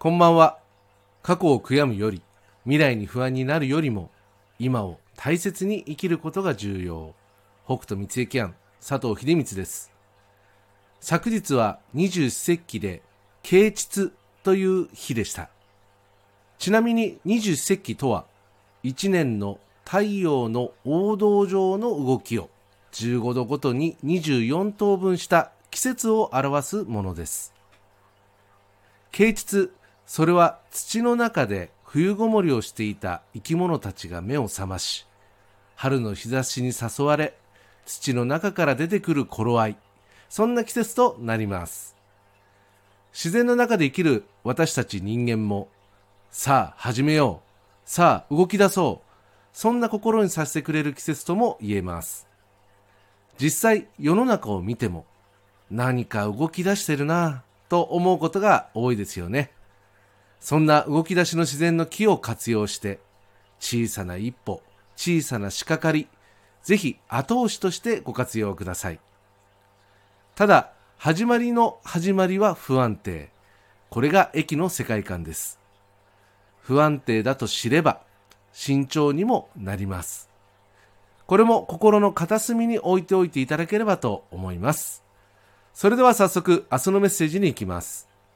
こんばんは。過去を悔やむより、未来に不安になるよりも、今を大切に生きることが重要。北斗三重キャン佐藤秀光です。昨日は二十四節気で啓蟄という日でした。ちなみに二十四節気とは、一年の太陽の黄道上の動きを15度ごとに24等分した季節を表すものです。啓蟄、それは土の中で冬ごもりをしていた生き物たちが目を覚まし、春の日差しに誘われ、土の中から出てくる頃合い、そんな季節となります。自然の中で生きる私たち人間も、さあ始めよう、さあ動き出そう、そんな心にさせてくれる季節とも言えます。実際世の中を見ても、何か動き出してるなぁと思うことが多いですよね。そんな動き出しの自然の気を活用して、小さな一歩、小さな仕掛かり、ぜひ後押しとしてご活用ください。ただ、始まりの始まりは不安定。これが駅の世界観です。不安定だと知れば、慎重にもなります。これも心の片隅に置いておいていただければと思います。それでは早速、明日のメッセージに行きます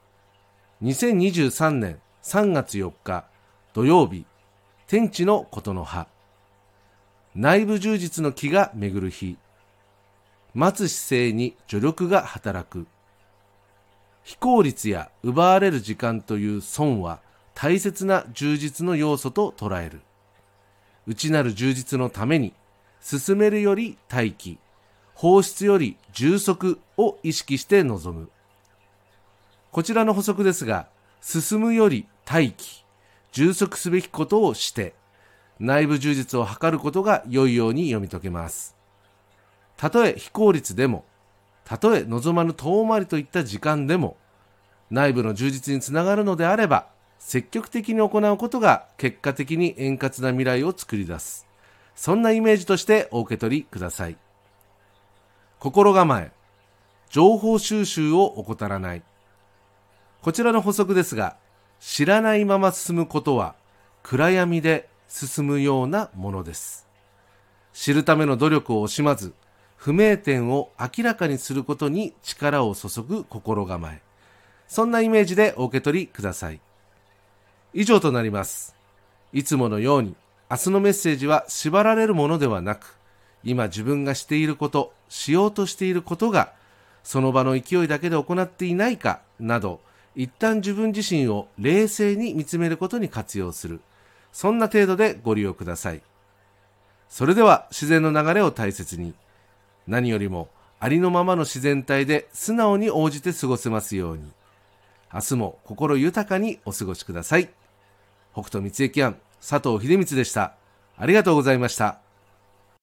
。2023年3月4日土曜日、天地のことの葉。内部充実の気が巡る日。待つ姿勢に助力が働く。非効率や奪われる時間という損は大切な充実の要素と捉える。内なる充実のために、進めるより待機、放出より充足を意識して臨む。こちらの補足ですが、進むより待機、充足すべきことをして、内部充実を図ることが良いように読み解けます。たとえ非効率でも、たとえ望まぬ遠回りといった時間でも、内部の充実につながるのであれば、積極的に行うことが結果的に円滑な未来を作り出す。そんなイメージとしてお受け取りください。心構え、情報収集を怠らない。こちらの補足ですが、知らないまま進むことは暗闇で進むようなものです。知るための努力を惜しまず、不明点を明らかにすることに力を注ぐ心構え。そんなイメージでお受け取りください。以上となります。いつものように、明日のメッセージは縛られるものではなく、今自分がしていること、しようとしていることが、その場の勢いだけで行っていないかなど、一旦自分自身を冷静に見つめることに活用する。そんな程度でご利用ください。それでは自然の流れを大切に、何よりもありのままの自然体で素直に応じて過ごせますように。明日も心豊かにお過ごしください。北斗三重キャン佐藤秀光でした。ありがとうございました。